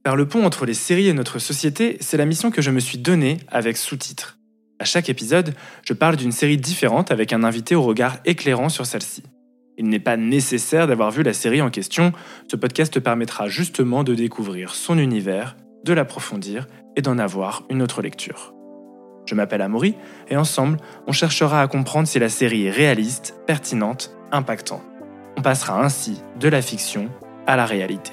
Faire le pont entre les séries et notre société, c'est la mission que je me suis donnée avec sous-titres. À chaque épisode, je parle d'une série différente avec un invité au regard éclairant sur celle-ci. Il n'est pas nécessaire d'avoir vu la série en question, ce podcast te permettra justement de découvrir son univers, de l'approfondir et d'en avoir une autre lecture. Je m'appelle Amaury et ensemble, on cherchera à comprendre si la série est réaliste, pertinente, impactante. On passera ainsi de la fiction à la réalité.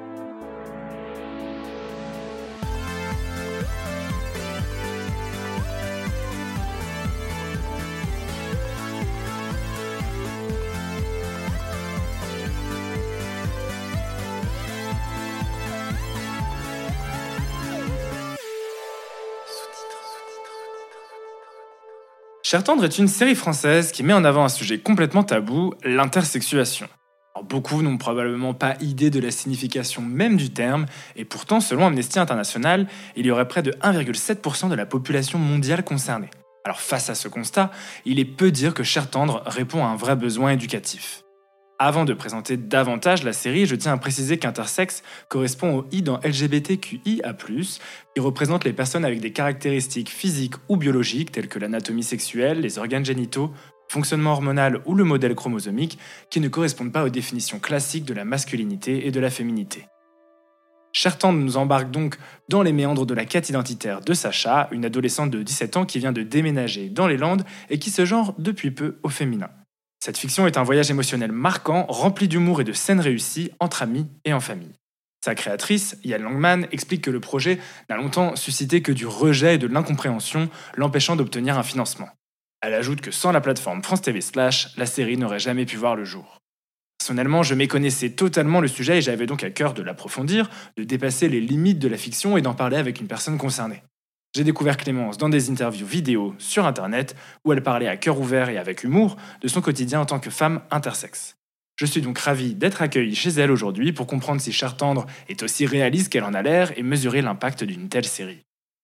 Cher Tendre est une série française qui met en avant un sujet complètement tabou, l'intersexuation. Alors, beaucoup n'ont probablement pas idée de la signification même du terme, et pourtant, selon Amnesty International, il y aurait près de 1,7% de la population mondiale concernée. Alors face à ce constat, il est peu dire que Cher Tendre répond à un vrai besoin éducatif. Avant de présenter davantage la série, je tiens à préciser qu'intersexe correspond au I dans LGBTQIA+, qui représente les personnes avec des caractéristiques physiques ou biologiques telles que l'anatomie sexuelle, les organes génitaux, le fonctionnement hormonal ou le modèle chromosomique, qui ne correspondent pas aux définitions classiques de la masculinité et de la féminité. Cher Tendre nous embarque donc dans les méandres de la quête identitaire de Sacha, une adolescente de 17 ans qui vient de déménager dans les Landes et qui se genre depuis peu au féminin. Cette fiction est un voyage émotionnel marquant, rempli d'humour et de scènes réussies entre amis et en famille. Sa créatrice, Yann Langman, explique que le projet n'a longtemps suscité que du rejet et de l'incompréhension, l'empêchant d'obtenir un financement. Elle ajoute que sans la plateforme France TV /, la série n'aurait jamais pu voir le jour. Personnellement, je méconnaissais totalement le sujet et j'avais donc à cœur de l'approfondir, de dépasser les limites de la fiction et d'en parler avec une personne concernée. J'ai découvert Clémence dans des interviews vidéo sur Internet où elle parlait à cœur ouvert et avec humour de son quotidien en tant que femme intersexe. Je suis donc ravi d'être accueilli chez elle aujourd'hui pour comprendre si Cher Tendre est aussi réaliste qu'elle en a l'air et mesurer l'impact d'une telle série.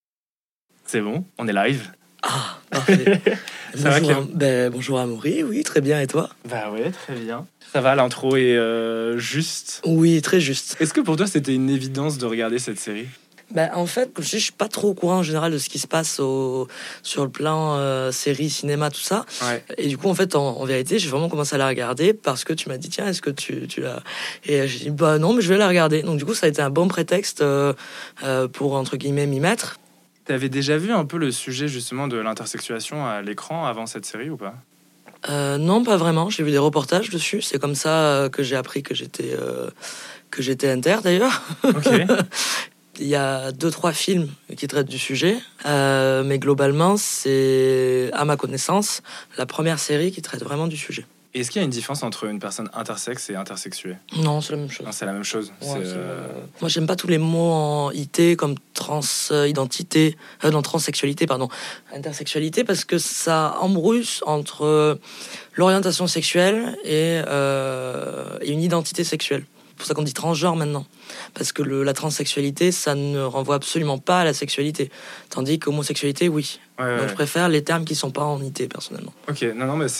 C'est bon, on est live. Ah, parfait. Ça va, Clément? Bonjour Amaury, oui, très bien, et toi? Bah ouais, très bien. Ça va, l'intro est juste? Oui, très juste. Est-ce que pour toi c'était une évidence de regarder cette série? En fait, comme je suis pas trop au courant en général de ce qui se passe sur le plan série, cinéma, tout ça. Ouais. Et du coup, en fait, en vérité, j'ai vraiment commencé à la regarder parce que tu m'as dit, tiens, est-ce que tu l'as... Et j'ai dit, bah non, mais je vais la regarder. Donc du coup, ça a été un bon prétexte pour, entre guillemets, m'y mettre. T'avais déjà vu un peu le sujet justement de l'intersexuation à l'écran avant cette série ou pas? Non, pas vraiment. J'ai vu des reportages dessus. C'est comme ça que j'ai appris que j'étais inter, d'ailleurs. Ok. Il y a 2-3 films qui traitent du sujet, mais globalement, c'est, à ma connaissance, la première série qui traite vraiment du sujet. Est-ce qu'il y a une différence entre une personne intersexe et intersexuée? Non, c'est la même chose. Non, c'est la même chose. Ouais, moi, j'aime pas tous les mots en IT comme transidentité, non, transsexualité, pardon, intersexualité, parce que ça embrouille entre l'orientation sexuelle et une identité sexuelle. C'est pour ça qu'on dit transgenre maintenant. Parce que la transsexualité, ça ne renvoie absolument pas à la sexualité. Tandis qu'homosexualité, oui. Ouais, donc je préfère les termes qui ne sont pas en IT, personnellement. Ok, non, mais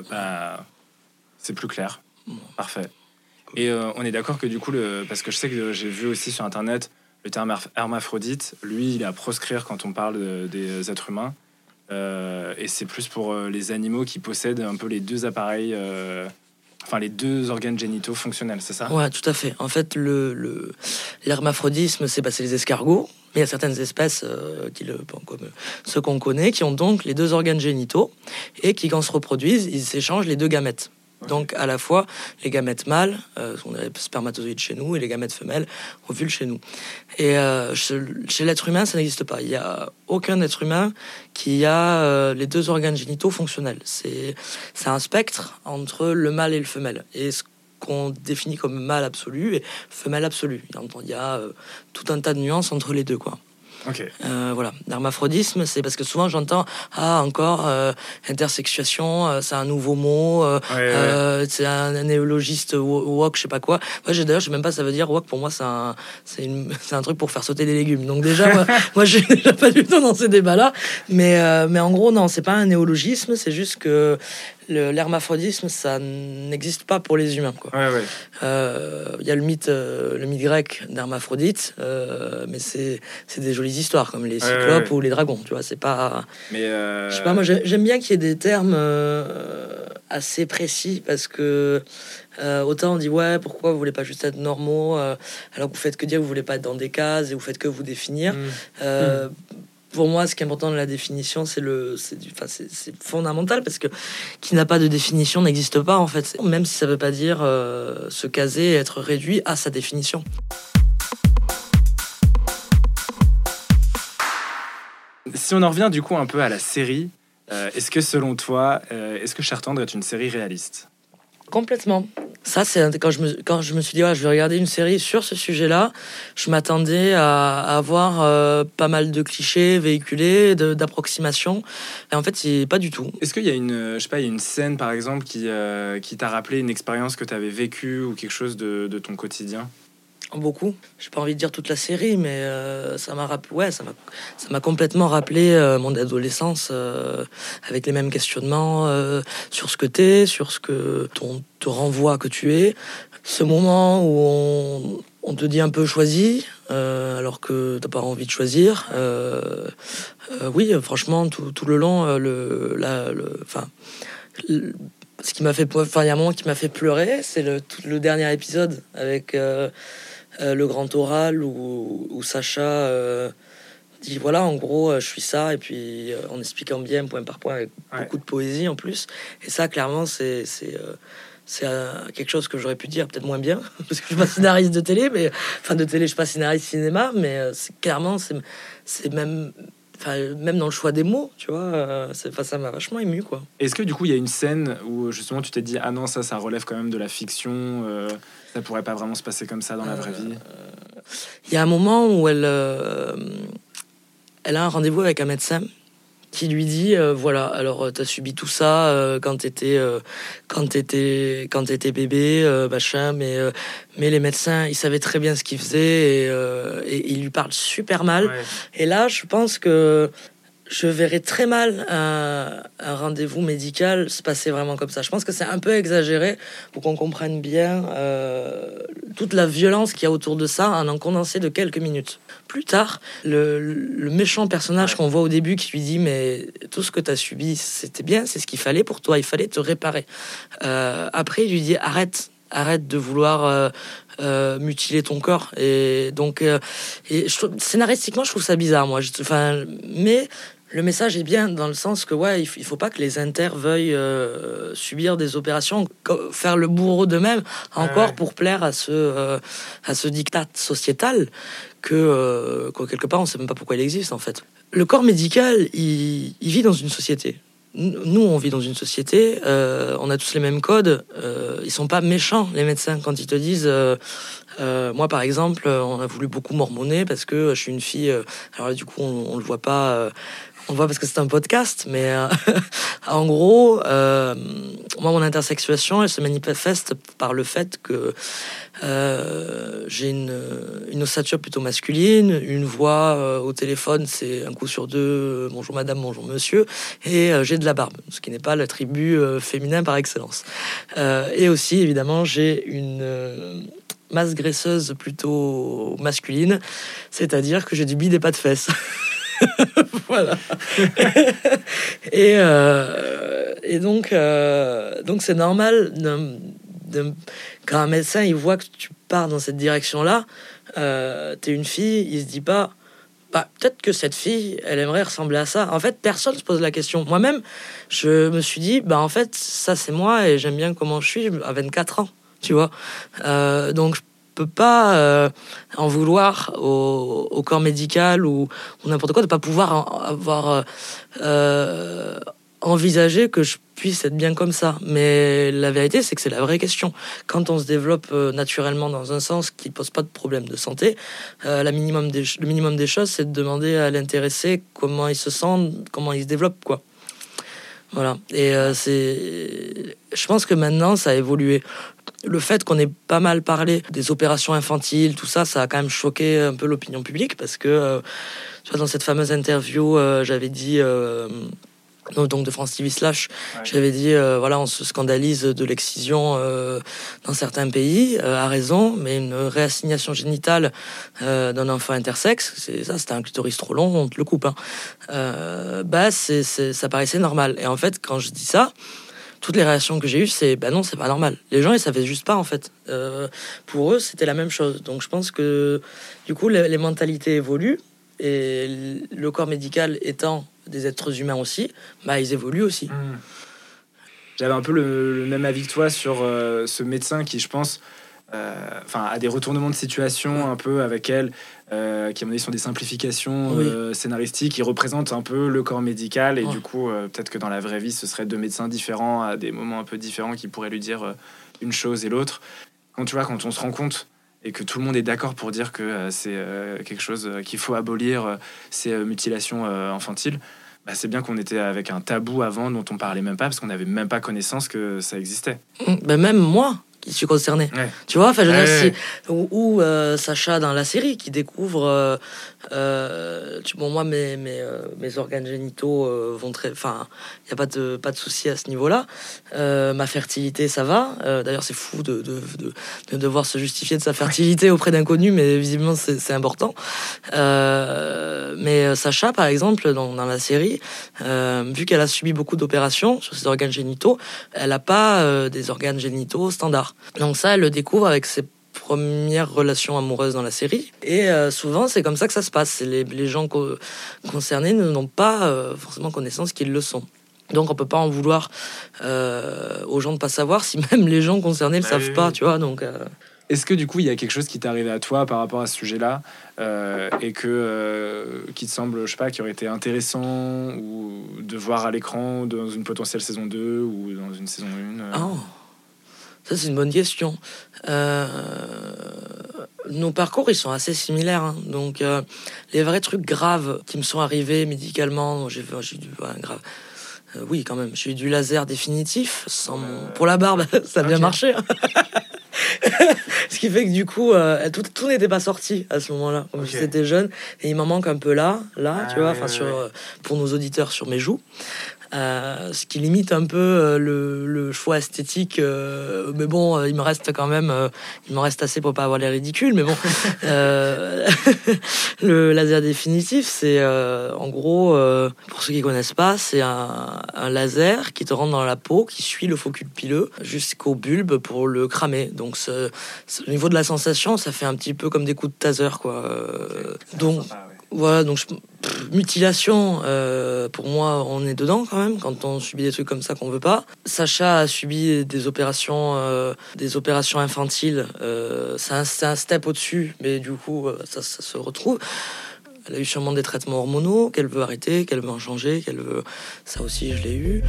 c'est plus clair. Bon. Parfait. Et on est d'accord que du coup, parce que je sais que j'ai vu aussi sur Internet le terme hermaphrodite, lui, il est à proscrire quand on parle des êtres humains. Et c'est plus pour les animaux qui possèdent un peu les deux appareils... les deux organes génitaux fonctionnels, c'est ça? Ouais, tout à fait. En fait, l'hermaphrodisme, c'est les escargots. Mais il y a certaines espèces, comme ceux qu'on connaît, qui ont donc les deux organes génitaux et qui, quand se reproduisent, ils s'échangent les deux gamètes. Okay. Donc, à la fois, les gamètes mâles, on a les spermatozoïdes chez nous, et les gamètes femelles, ovules chez nous. Et chez l'être humain, ça n'existe pas. Il n'y a aucun être humain qui a les deux organes génitaux fonctionnels. C'est un spectre entre le mâle et le femelle. Et ce qu'on définit comme mâle absolu et femelle absolue. Il y a tout un tas de nuances entre les deux, quoi. Okay. Voilà. L'hermaphrodisme, c'est parce que souvent j'entends encore intersexuation, c'est un nouveau mot, c'est un néologiste woke, je sais pas quoi. Moi, d'ailleurs, je sais même pas ça veut dire woke. Pour moi, c'est un truc pour faire sauter des légumes. Donc déjà, moi, je suis déjà pas du tout dans ces débats-là. Mais en gros, non, c'est pas un néologisme. C'est juste que l'hermaphrodisme, ça n'existe pas pour les humains, quoi. Ouais. Il y a le mythe grec d'hermaphrodite, mais c'est des jolies histoires, comme les cyclopes ou les dragons, tu vois, c'est pas... Mais je sais pas, moi j'aime bien qu'il y ait des termes assez précis, parce que autant on dit ouais, pourquoi vous voulez pas juste être normaux, alors que vous faites que dire, vous voulez pas être dans des cases et vous faites que vous définir. Pour moi, ce qui est important dans la définition, c'est fondamental, parce que qui n'a pas de définition n'existe pas, en fait. Même si ça veut pas dire se caser et être réduit à sa définition. Si on en revient du coup un peu à la série, est-ce que selon toi, est-ce que Cher Tendre est une série réaliste ? Complètement. Ça, c'est quand je me suis dit, ouais, je vais regarder une série sur ce sujet-là, je m'attendais à avoir pas mal de clichés véhiculés, d'approximations. Et en fait, c'est pas du tout. Est-ce qu'il y a une scène, par exemple, qui t'a rappelé une expérience que tu avais vécue ou quelque chose de ton quotidien ? Beaucoup. J'ai pas envie de dire toute la série, mais ça m'a complètement rappelé mon adolescence, avec les mêmes questionnements sur ce que t'es, sur ce que on te renvoie que tu es. Ce moment où on te dit un peu choisi, alors que t'as pas envie de choisir. Oui, franchement, tout le long, ce qui m'a fait, il y a un moment qui m'a fait pleurer, c'est le dernier épisode avec le grand oral où Sacha dit voilà, en gros, je suis ça, et puis en expliquant bien point par point avec beaucoup de poésie en plus. Et ça, clairement, c'est quelque chose que j'aurais pu dire peut-être moins bien, parce que je suis pas scénariste de télé, je suis pas scénariste cinéma, mais clairement, c'est même dans le choix des mots, tu vois, ça m'a vachement ému, quoi. Est-ce que du coup il y a une scène où justement tu t'es dit ah non, ça relève quand même de la fiction, ça pourrait pas vraiment se passer comme ça dans la vraie vie ? Il y a un moment où elle a un rendez-vous avec un médecin qui lui dit voilà, alors t'as subi tout ça quand t'étais bébé, machin, mais les médecins, ils savaient très bien ce qu'ils faisaient, et ils lui parlent super mal. Ouais. Et là, je pense que je verrais très mal un rendez-vous médical se passer vraiment comme ça. Je pense que c'est un peu exagéré pour qu'on comprenne bien toute la violence qu'il y a autour de ça en condensé de quelques minutes. Plus tard, le méchant personnage qu'on voit au début qui lui dit mais tout ce que tu as subi, c'était bien, c'est ce qu'il fallait pour toi, il fallait te réparer. Après, il lui dit arrête de vouloir mutiler ton corps. Et donc, scénaristiquement, je trouve ça bizarre, moi. Mais le message est bien dans le sens que il faut pas que les inters veuillent subir des opérations, faire le bourreau d'eux-mêmes, encore pour plaire à ce diktat sociétal que quelque part on sait même pas pourquoi il existe, en fait. Le corps médical, il vit dans une société. Nous, on vit dans une société, on a tous les mêmes codes. Ils sont pas méchants, les médecins, quand ils te disent moi, par exemple, on a voulu beaucoup m'hormoner parce que je suis une fille. Alors là, du coup, on le voit pas. On le voit parce que c'est un podcast, mais en gros, moi, mon intersexuation, elle se manifeste par le fait que j'ai une ossature plutôt masculine, une voix au téléphone, c'est un coup sur deux, bonjour madame, bonjour monsieur, et j'ai de la barbe, ce qui n'est pas l'attribut féminin par excellence. Et aussi, évidemment, j'ai une masse graisseuse plutôt masculine, c'est-à-dire que j'ai du bide et pas de fesses. Voilà. et donc c'est normal quand un médecin il voit que tu pars dans cette direction-là, t'es une fille, il se dit pas peut-être que cette fille elle aimerait ressembler à ça. En fait, personne se pose la question. Moi-même, je me suis dit en fait ça c'est moi et j'aime bien comment je suis à 24 ans, tu vois. Donc je peux pas en vouloir au corps médical ou n'importe quoi de pas pouvoir avoir envisagé que je puisse être bien comme ça. Mais la vérité, c'est que c'est la vraie question. Quand on se développe naturellement dans un sens qui pose pas de problème de santé, le minimum des choses, c'est de demander à l'intéressé comment il se sent, comment il se développe, quoi. Voilà. Et je pense que maintenant, ça a évolué. Le fait qu'on ait pas mal parlé des opérations infantiles, tout ça, ça a quand même choqué un peu l'opinion publique, parce que tu vois, dans cette fameuse interview, j'avais dit donc de France TV Slash, Ouais. j'avais dit voilà, on se scandalise de l'excision dans certains pays, à raison, mais une réassignation génitale d'un enfant intersexe, c'était un clitoris trop long, on te le coupe. Ça paraissait normal. Et en fait, quand je dis ça, toutes les réactions que j'ai eues, c'est non, c'est pas normal. Les gens, ils savaient juste pas, en fait. Pour eux, c'était la même chose. Donc je pense que du coup, les mentalités évoluent, et le corps médical étant des êtres humains aussi, ils évoluent aussi. J'avais un peu le même avis que toi sur ce médecin qui, je pense, a des retournements de situation un peu avec elle, qui à mon avis sont des simplifications scénaristiques, qui représentent un peu le corps médical, et du coup, peut-être que dans la vraie vie, ce seraient deux médecins différents, à des moments un peu différents, qui pourraient lui dire une chose et l'autre. Quand on se rend compte et que tout le monde est d'accord pour dire que c'est quelque chose qu'il faut abolir, ces mutilations infantiles, c'est bien qu'on était avec un tabou avant dont on parlait même pas, parce qu'on n'avait même pas connaissance que ça existait. Même moi qui suis concerné, tu vois, enfin je veux dire, ou Sacha dans la série qui découvre moi mes organes génitaux vont très, enfin il y a pas de souci à ce niveau-là, ma fertilité ça va, d'ailleurs c'est fou de devoir se justifier de sa fertilité auprès d'inconnus, mais visiblement c'est important, mais Sacha par exemple dans la série, vu qu'elle a subi beaucoup d'opérations sur ses organes génitaux, elle a pas des organes génitaux standards. Donc ça, elle le découvre avec ses premières relations amoureuses dans la série. Et souvent, c'est comme ça que ça se passe. Les gens concernés n'ont pas forcément connaissance qu'ils le sont. Donc on peut pas en vouloir aux gens de pas savoir, si même les gens concernés le savent pas, tu vois. Donc est-ce que du coup il y a quelque chose qui t'est arrivé à toi par rapport à ce sujet-là, et qui te semble, je sais pas, qui aurait été intéressant ou de voir à l'écran dans une potentielle saison 2 ou dans une saison 1 Ça, c'est une bonne question. Nos parcours, ils sont assez similaires. Donc, les vrais trucs graves qui me sont arrivés médicalement, j'ai du grave. Oui, quand même. J'ai eu du laser définitif pour la barbe. Ça a bien marché. Ce qui fait que du coup, tout n'était pas sorti à ce moment-là. Comme j'étais jeune, et il m'en manque un peu là, tu vois. Pour nos auditeurs, sur mes joues. Ce qui limite un peu le choix esthétique, mais bon, il me reste quand même, il m'en reste assez pour pas avoir l'air ridicule, mais bon, le laser définitif, c'est en gros, pour ceux qui connaissent pas, c'est un laser qui te rentre dans la peau, qui suit le follicule pileux jusqu'au bulbe pour le cramer. Donc, au niveau de la sensation, ça fait un petit peu comme des coups de taser, quoi. Donc. Voilà, donc mutilation, pour moi, on est dedans quand même, quand on subit des trucs comme ça qu'on veut pas. Sacha a subi des opérations infantiles, c'est un step au-dessus, mais du coup, ça se retrouve. Elle a eu sûrement des traitements hormonaux qu'elle veut arrêter, qu'elle veut en changer, ça aussi, je l'ai eu.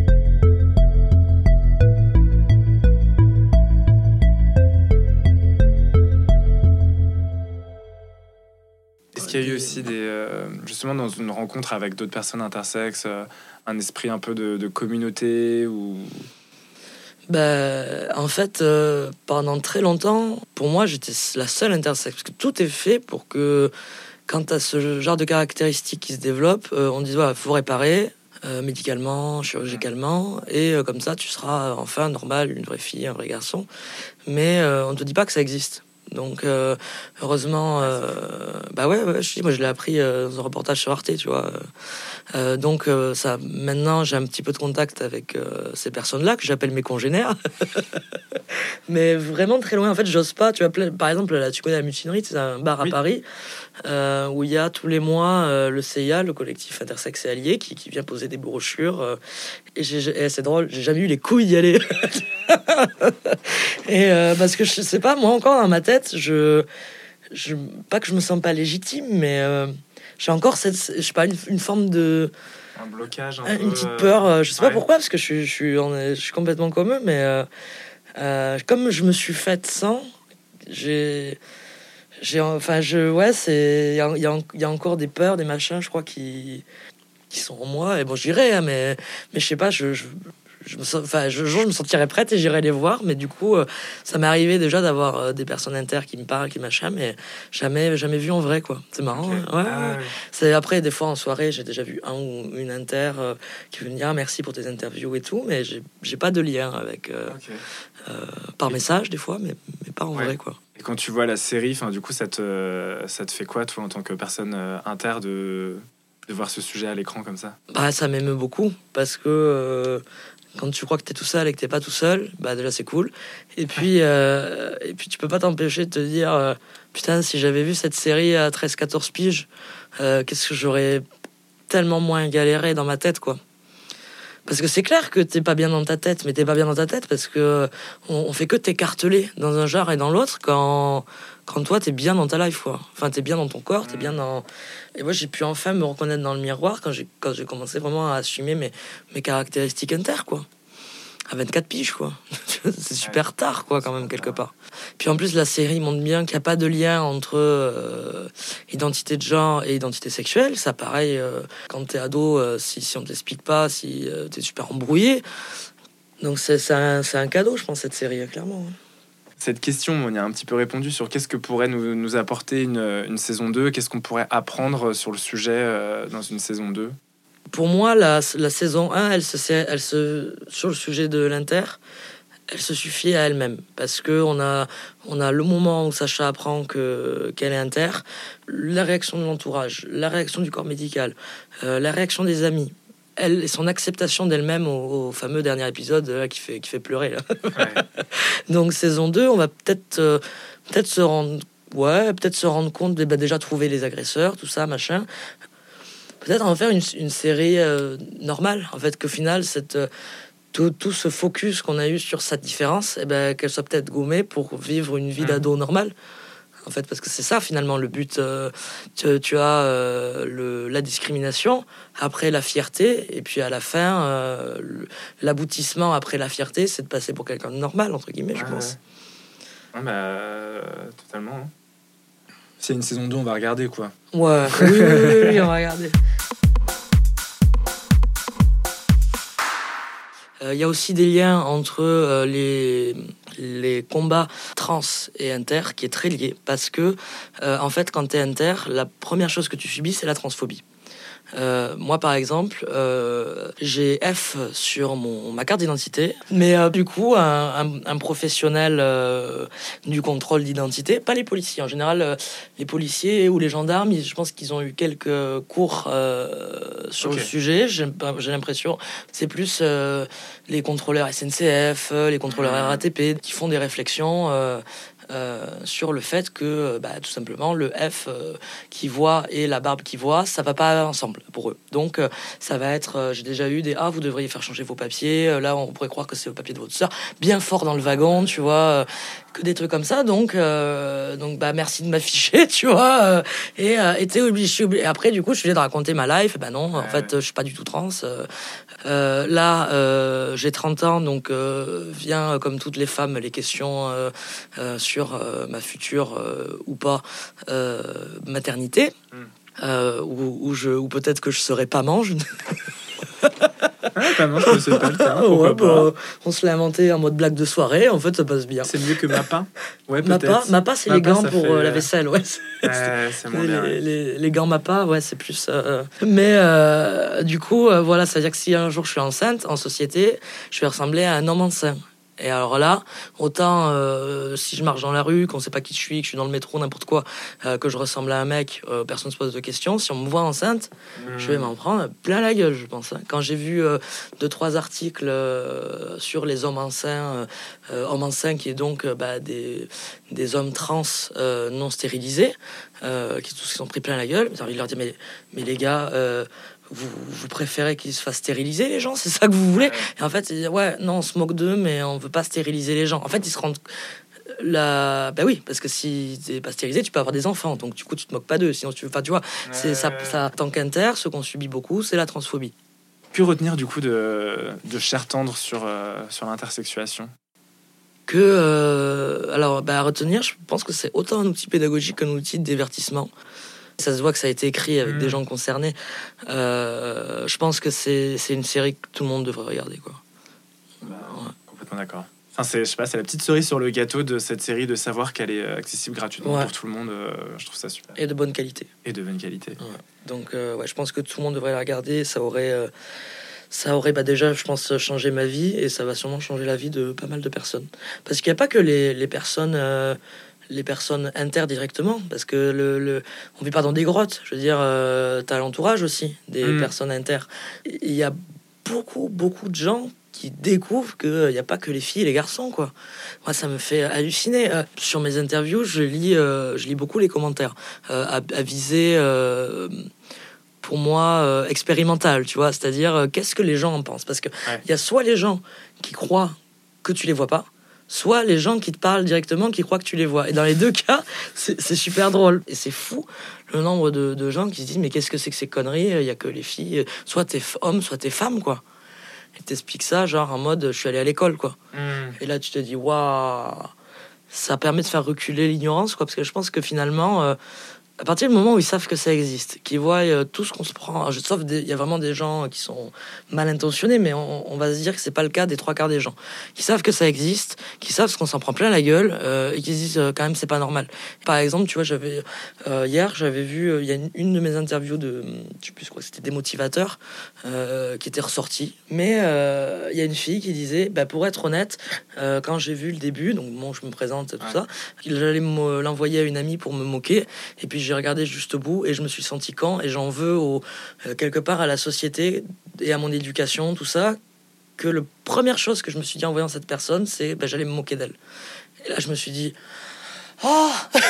Est-ce qu'il y a eu aussi justement dans une rencontre avec d'autres personnes intersexes, un esprit un peu de communauté ou... En fait, pendant très longtemps, pour moi, j'étais la seule intersexe. Parce que tout est fait pour que, quand tu as ce genre de caractéristiques qui se développent, on dit il faut réparer médicalement, chirurgicalement, et comme ça, tu seras enfin normal, une vraie fille, un vrai garçon. Mais on ne te dit pas que ça existe. Donc heureusement je l'ai appris dans un reportage sur Arte, tu vois, donc ça, maintenant j'ai un petit peu de contact avec ces personnes-là que j'appelle mes congénères. Mais vraiment très loin, en fait, j'ose pas, tu vois. Par exemple, là, tu connais la Mutinerie, c'est un bar à Paris où il y a tous les mois le CIA, le collectif intersexe et allié, qui vient poser des brochures, et c'est drôle, j'ai jamais eu les couilles d'y aller. Et parce que je sais pas, moi encore dans ma tête, pas que je me sens pas légitime, mais j'ai encore je sais pas, une forme de un blocage, une petite peur, je sais pas pourquoi, parce que je suis complètement comme eux, mais comme je me suis faite sans, il y a encore des peurs, des machins, je crois, qui sont en moi, et bon, j'irai, mais je sais pas, je je me sentirais prête et j'irais les voir, mais du coup, ça m'est arrivé déjà d'avoir des personnes inter qui me parlent, qui machin, mais jamais vu en vrai, quoi. C'est marrant. Okay. Ouais. C'est après, des fois en soirée, j'ai déjà vu un ou une inter qui veut me dire merci pour tes interviews et tout, mais j'ai pas de lien avec par message des fois, mais pas en vrai, quoi. Et quand tu vois la série, du coup, ça te fait quoi, toi, en tant que personne inter, de voir ce sujet à l'écran comme ça? Bah, ça m'émeut beaucoup, parce que quand tu crois que t'es tout seul et que t'es pas tout seul, bah déjà c'est cool. Et puis tu peux pas t'empêcher de te dire putain, si j'avais vu cette série à 13-14 piges, qu'est-ce que j'aurais tellement moins galéré dans ma tête, quoi. Parce que c'est clair que t'es pas bien dans ta tête, mais t'es pas bien dans ta tête parce que on fait que t'écarteler dans un genre et dans l'autre quand toi t'es bien dans ta life, quoi. Enfin, t'es bien dans ton corps, t'es bien dans. Et moi, j'ai pu enfin me reconnaître dans le miroir quand j'ai commencé vraiment à assumer mes caractéristiques inter, quoi. À 24 piges, quoi. C'est super tard, quoi, quand même, quelque part. Puis en plus, la série montre bien qu'il n'y a pas de lien entre identité de genre et identité sexuelle. Ça, pareil, quand t'es ado, si on te l'explique pas, si t'es super embrouillé. Donc c'est un cadeau, je pense, cette série, clairement. Cette question, on y a un petit peu répondu sur qu'est-ce que pourrait nous apporter une saison 2, qu'est-ce qu'on pourrait apprendre sur le sujet dans une saison 2. Pour moi, la saison 1, sur le sujet de l'inter, elle se suffit à elle-même. Parce qu'on a le moment où Sacha apprend qu'elle est inter, la réaction de l'entourage, la réaction du corps médical, la réaction des amis, elle et son acceptation d'elle-même au fameux dernier épisode là, qui fait pleurer. Là. Ouais. Donc saison 2, on va peut-être se rendre compte, déjà trouver les agresseurs, tout ça, machin. Peut-être en faire une série normale, en fait, qu'au final, tout ce focus qu'on a eu sur cette différence, qu'elle soit peut-être gommée pour vivre une vie d'ado normale. En fait, parce que c'est ça, finalement, le but. Tu as la discrimination, après la fierté, et puis à la fin, l'aboutissement après la fierté, c'est de passer pour quelqu'un de normal, entre guillemets, je pense. Totalement. Hein. C'est une saison 2, on va regarder, quoi. Ouais, oui, on va regarder. Il y a aussi des liens entre les combats trans et inter qui est très lié parce que en fait quand t'es inter, la première chose que tu subis c'est la transphobie. Moi par exemple j'ai F sur ma carte d'identité, mais du coup un professionnel du contrôle d'identité, pas les policiers en général, les policiers ou les gendarmes, je pense qu'ils ont eu quelques cours sur le sujet, j'ai l'impression c'est plus les contrôleurs SNCF, les contrôleurs RATP qui font des réflexions sur le fait que tout simplement le F qui voit et la barbe qui voit, ça va pas ensemble pour eux. Donc ça va être, j'ai déjà eu des vous devriez faire changer vos papiers, là on pourrait croire que c'est le papier de votre sœur, bien fort dans le wagon, tu vois, que des trucs comme ça. Donc merci de m'afficher, tu vois, et t'es obligé. Et après du coup je suis obligé de raconter ma life. Non, en fait je suis pas du tout trans. Là j'ai 30 ans, donc vient comme toutes les femmes les questions sur ma future ou pas maternité, ou peut-être que je serai pas mange. Pas mange, je sais pas le cas. Pas. On se l'a inventé en mode blague de soirée, en fait ça passe bien. C'est mieux que Mappa. Ouais, Mappa c'est les gants pour la vaisselle, ouais. C'est moins bien. Les gants Mappa, ouais, c'est plus. Mais du coup, voilà, ça veut dire que si un jour je suis enceinte en société, je vais ressembler à un homme enceint. Et alors là, autant si je marche dans la rue, qu'on sait pas qui je suis, que je suis dans le métro, n'importe quoi, que je ressemble à un mec, personne se pose de questions. Si on me voit enceinte, je vais m'en prendre plein la gueule, je pense. Quand j'ai vu 2-3 articles sur les hommes enceints qui est donc des hommes trans non stérilisés, qui sont pris plein la gueule, j'ai envie de leur dire mais les gars. Vous préférez qu'ils se fassent stériliser les gens, c'est ça que vous voulez? Et en fait, non, on se moque d'eux, mais on veut pas stériliser les gens. En fait, ils se rendent oui, parce que si t'es pas stérilisé, tu peux avoir des enfants, donc du coup, tu te moques pas d'eux. Sinon, tu vois, c'est ça. Tant qu'inter, ce qu'on subit beaucoup, c'est la transphobie. Que retenir du coup de Chair tendre sur l'intersexuation? À retenir, je pense que c'est autant un outil pédagogique qu'un outil de divertissement. Ça se voit que ça a été écrit avec des gens concernés. Je pense que c'est une série que tout le monde devrait regarder, quoi. complètement d'accord. Enfin, je sais pas, c'est la petite cerise sur le gâteau de cette série de savoir qu'elle est accessible gratuitement pour tout le monde. Je trouve ça super. Et de bonne qualité. Et de bonne qualité. Ouais. Donc, je pense que tout le monde devrait la regarder. Ça aurait déjà, je pense, changé ma vie et ça va sûrement changer la vie de pas mal de personnes. Parce qu'il n'y a pas que les personnes inter directement, parce que on vit pas dans des grottes. Je veux dire, t'as l'entourage aussi des personnes inter. Il y a beaucoup de gens qui découvrent qu'il n'y a pas que les filles et les garçons, quoi. Moi, ça me fait halluciner. Sur mes interviews, je lis beaucoup les commentaires à visée, pour moi, expérimentale, tu vois. C'est-à-dire, qu'est-ce que les gens en pensent? Parce qu'il y a soit les gens qui croient que tu les vois pas, soit les gens qui te parlent directement, qui croient que tu les vois. Et dans les deux cas, c'est super drôle. Et c'est fou le nombre de gens qui se disent « Mais qu'est-ce que c'est que ces conneries? Il n'y a que les filles. Soit t'es homme, soit t'es femme, quoi. » Et t'expliques ça, genre en mode « Je suis allé à l'école, quoi. » Et là, tu te dis « Waouh !» Ça permet de faire reculer l'ignorance, quoi. Parce que je pense que finalement... à partir du moment où ils savent que ça existe, qu'ils voient tout ce qu'on se prend, sauf il y a vraiment des gens qui sont mal intentionnés, mais on va se dire que c'est pas le cas des 3/4 des gens, qui savent que ça existe, qui savent ce qu'on s'en prend plein la gueule, et qui se disent quand même c'est pas normal. Par exemple, tu vois, hier j'avais vu, il y a une de mes interviews de, je sais plus quoi, c'était des motivateurs qui était ressortie, mais il y a une fille qui disait, pour être honnête, quand j'ai vu le début, donc bon, je me présente tout ça, j'allais l'envoyer à une amie pour me moquer, et puis j'ai regardé juste au bout et je me suis senti et j'en veux quelque part à la société et à mon éducation, tout ça, que la première chose que je me suis dit en voyant cette personne, c'est j'allais me moquer d'elle. Et là je me suis dit oh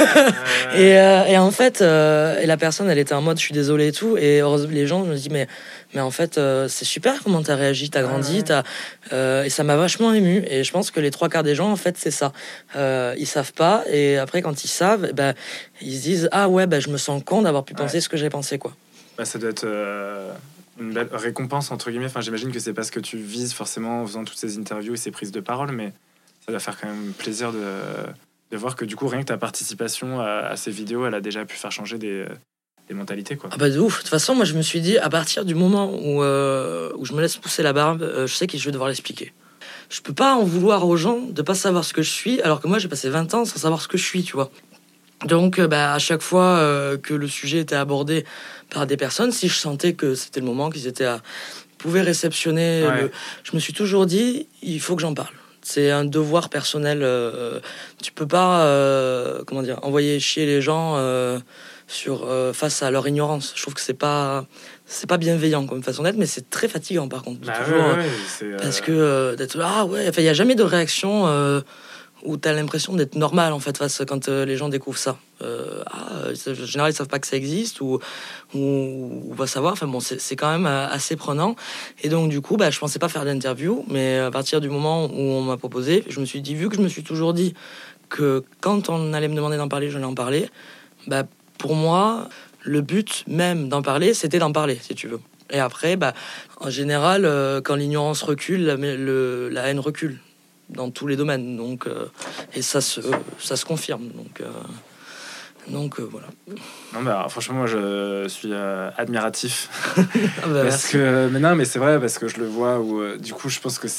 et en fait et la personne elle était en mode je suis désolé et tout, et les gens, je me dis mais en fait c'est super comment t'as réagi, t'as grandi, et ça m'a vachement ému. Et je pense que les 3/4 des gens en fait c'est ça, ils savent pas, et après quand ils savent, ils se disent ah ouais je me sens con d'avoir pu penser ce que j'ai pensé, quoi. Ça doit être une belle récompense entre guillemets. Enfin, j'imagine que c'est pas ce que tu vises forcément en faisant toutes ces interviews et ces prises de parole, mais ça doit faire quand même plaisir de voir que du coup rien que ta participation à ces vidéos elle a déjà pu faire changer des mentalités, quoi. De ouf. De toute façon, moi je me suis dit à partir du moment où je me laisse pousser la barbe, je sais que je vais devoir l'expliquer. Je peux pas en vouloir aux gens de pas savoir ce que je suis, alors que moi j'ai passé 20 ans sans savoir ce que je suis, tu vois. Donc à chaque fois que le sujet était abordé par des personnes, si je sentais que c'était le moment, qu'ils pouvaient réceptionner je me suis toujours dit il faut que j'en parle. C'est un devoir personnel. Tu peux pas envoyer chier les gens face à leur ignorance. Je trouve que c'est pas bienveillant comme façon d'être, mais c'est très fatigant par contre. Parce que d'être il y a jamais de réaction où t'as l'impression d'être normal en fait quand les gens découvrent ça. En général ils savent pas que ça existe ou va savoir. Enfin bon, c'est quand même assez prenant. Et donc du coup je pensais pas faire d'interview, mais à partir du moment où on m'a proposé, je me suis dit, vu que je me suis toujours dit que quand on allait me demander d'en parler, j'allais en parler, pour moi le but même d'en parler, c'était d'en parler, si tu veux. Et après en général quand l'ignorance recule, la haine recule dans tous les domaines, donc et ça se confirme, donc voilà. Non, franchement moi je suis admiratif parce que mais c'est vrai, parce que je le vois où du coup je pense que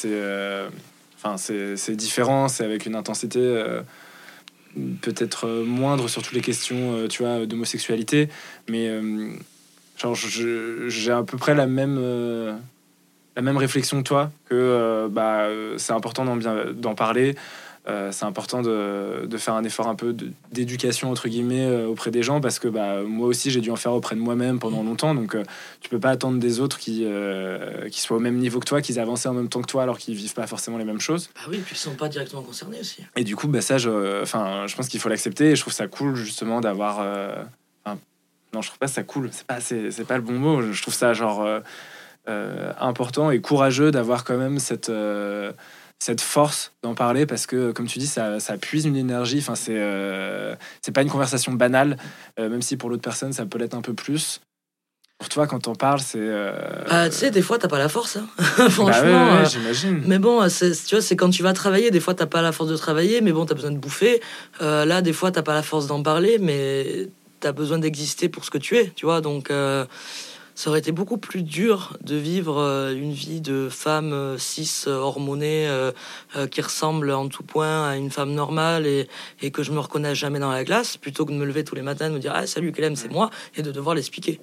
c'est différent, c'est avec une intensité peut-être moindre sur toutes les questions tu vois d'homosexualité, mais genre j'ai à peu près la même réflexion que toi, que c'est important d'en parler, c'est important de faire un effort un peu d'éducation entre guillemets auprès des gens, parce que moi aussi j'ai dû en faire auprès de moi-même pendant longtemps, donc tu peux pas attendre des autres qui soient au même niveau que toi, qu'ils aient avancé en même temps que toi alors qu'ils vivent pas forcément les mêmes choses. Oui, puis ils sont pas directement concernés aussi. Et du coup ça je pense qu'il faut l'accepter, et je trouve ça cool justement d'avoir non, je trouve pas ça cool, c'est pas le bon mot, je trouve ça genre important et courageux d'avoir quand même cette force d'en parler, parce que comme tu dis ça puise une énergie. Enfin c'est pas une conversation banale, même si pour l'autre personne ça peut l'être un peu plus. Pour toi quand t'en parles c'est tu sais, des fois t'as pas la force hein. Franchement j'imagine. Mais bon, tu vois, c'est quand tu vas travailler, des fois t'as pas la force de travailler, mais bon t'as besoin de bouffer. Là des fois t'as pas la force d'en parler, mais t'as besoin d'exister pour ce que tu es, tu vois. Donc ça aurait été beaucoup plus dur de vivre une vie de femme cis hormonée qui ressemble en tout point à une femme normale et que je me reconnais jamais dans la classe, plutôt que de me lever tous les matins et de me dire « Ah, salut, Clem, c'est moi » et de devoir l'expliquer.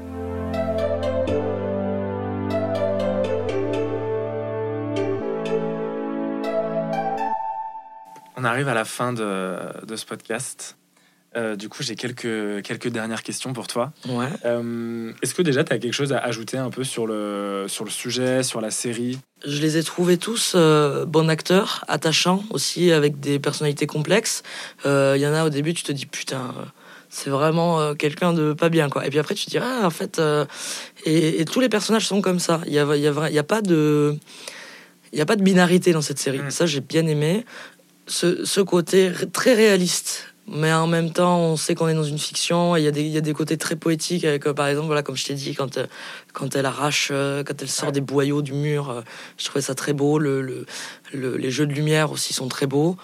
On arrive à la fin de ce podcast. Du coup, j'ai quelques dernières questions pour toi. Ouais. Est-ce que déjà, tu as quelque chose à ajouter un peu sur le sujet, sur la série ? Je les ai trouvés tous bons acteurs, attachants aussi, avec des personnalités complexes. Il y en a au début, tu te dis putain, c'est vraiment quelqu'un de pas bien, quoi. Et puis après, tu te dis ah, en fait, et tous les personnages sont comme ça. Il y a pas de binarité dans cette série. Ça, j'ai bien aimé ce côté très réaliste. Mais en même temps, on sait qu'on est dans une fiction. Il y a des côtés très poétiques, avec, par exemple, voilà, comme je t'ai dit, quand elle arrache, quand elle sort des boyaux du mur, je trouvais ça très beau. Les jeux de lumière aussi sont très beaux.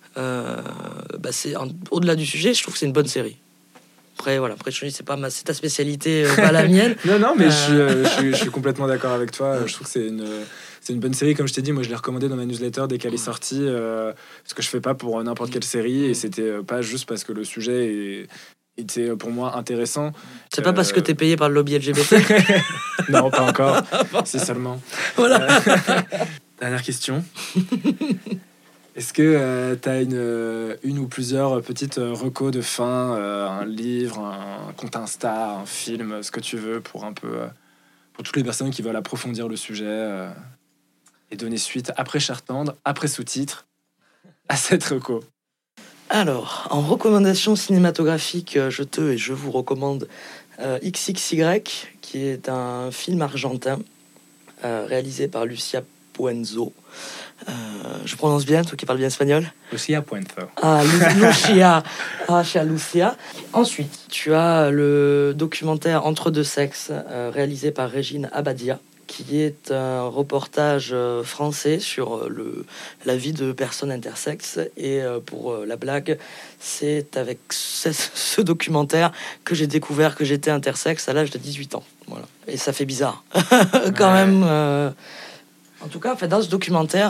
Au-delà du sujet, je trouve que c'est une bonne série. Après, je dis, c'est ta spécialité, pas la mienne. Non, mais je suis complètement d'accord avec toi. Je trouve que c'est une bonne série. Comme je t'ai dit, moi, je l'ai recommandé dans ma newsletter dès qu'elle est sortie. Ce que je fais pas pour n'importe quelle série. Et c'était pas juste parce que le sujet était pour moi intéressant. C'est pas parce que t'es payé par le lobby LGBT. Non, pas encore. C'est seulement. Voilà. Dernière question. Est-ce que tu as une ou plusieurs petites recos de fin, un livre, un compte Insta, un film, ce que tu veux pour pour toutes les personnes qui veulent approfondir le sujet et donner suite après Chair tendre, après sous-titres, à cette reco? Alors, en recommandation cinématographique, je vous recommande XXY, qui est un film argentin réalisé par Lucia Puenzo. Je prononce bien, toi qui parles bien espagnol. Lucia Puenzo. Ah, Lucia. Lucia. Ensuite, tu as le documentaire Entre deux sexes, réalisé par Régine Abadia, qui est un reportage français sur la vie de personnes intersexes. Et pour la blague, c'est avec ce documentaire que j'ai découvert que j'étais intersexe à l'âge de 18 ans. Voilà. Et ça fait bizarre, quand même. En tout cas, dans ce documentaire,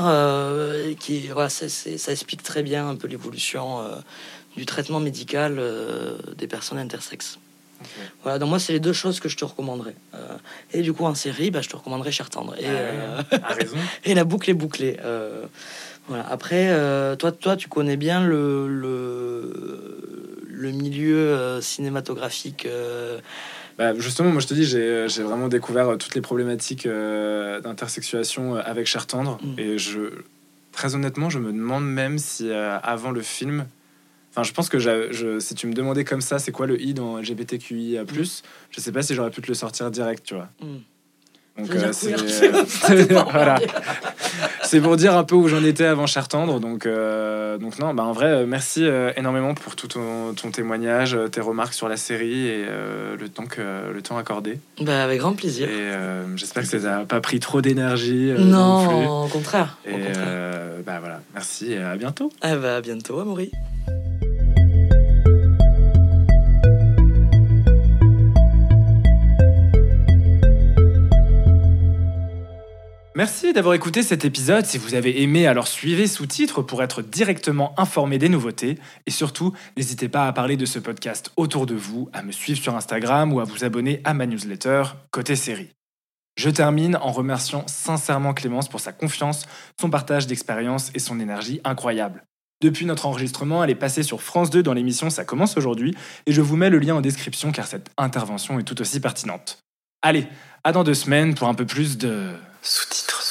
ça explique très bien un peu l'évolution du traitement médical des personnes intersexes. Okay. Voilà, donc moi, c'est les deux choses que je te recommanderais. Et du coup, en série, je te recommanderais Chair tendre. Raison. Et la boucle est bouclée. Voilà. Après, toi, tu connais bien le milieu cinématographique. Justement, moi je te dis, j'ai vraiment découvert toutes les problématiques d'intersexuation avec Chair tendre. Et très honnêtement, je me demande même si avant le film, je pense que si tu me demandais comme ça, c'est quoi le I dans LGBTQIA+, je sais pas si j'aurais pu te le sortir direct, tu vois. Donc voilà. C'est pour dire un peu où j'en étais avant Chair tendre. Donc non, en vrai, merci énormément pour tout ton témoignage, tes remarques sur la série et le temps accordé. Avec grand plaisir. Et j'espère que ça n'a pas pris trop d'énergie. Non, au contraire. Et voilà, merci et à bientôt. À bientôt, Amaury. Merci d'avoir écouté cet épisode. Si vous avez aimé, alors suivez sous-titres pour être directement informé des nouveautés. Et surtout, n'hésitez pas à parler de ce podcast autour de vous, à me suivre sur Instagram ou à vous abonner à ma newsletter Côté Série. Je termine en remerciant sincèrement Clémence pour sa confiance, son partage d'expérience et son énergie incroyable. Depuis notre enregistrement, elle est passée sur France 2 dans l'émission Ça commence aujourd'hui et je vous mets le lien en description car cette intervention est tout aussi pertinente. Allez, à dans 2 semaines pour un peu plus de sous-titres.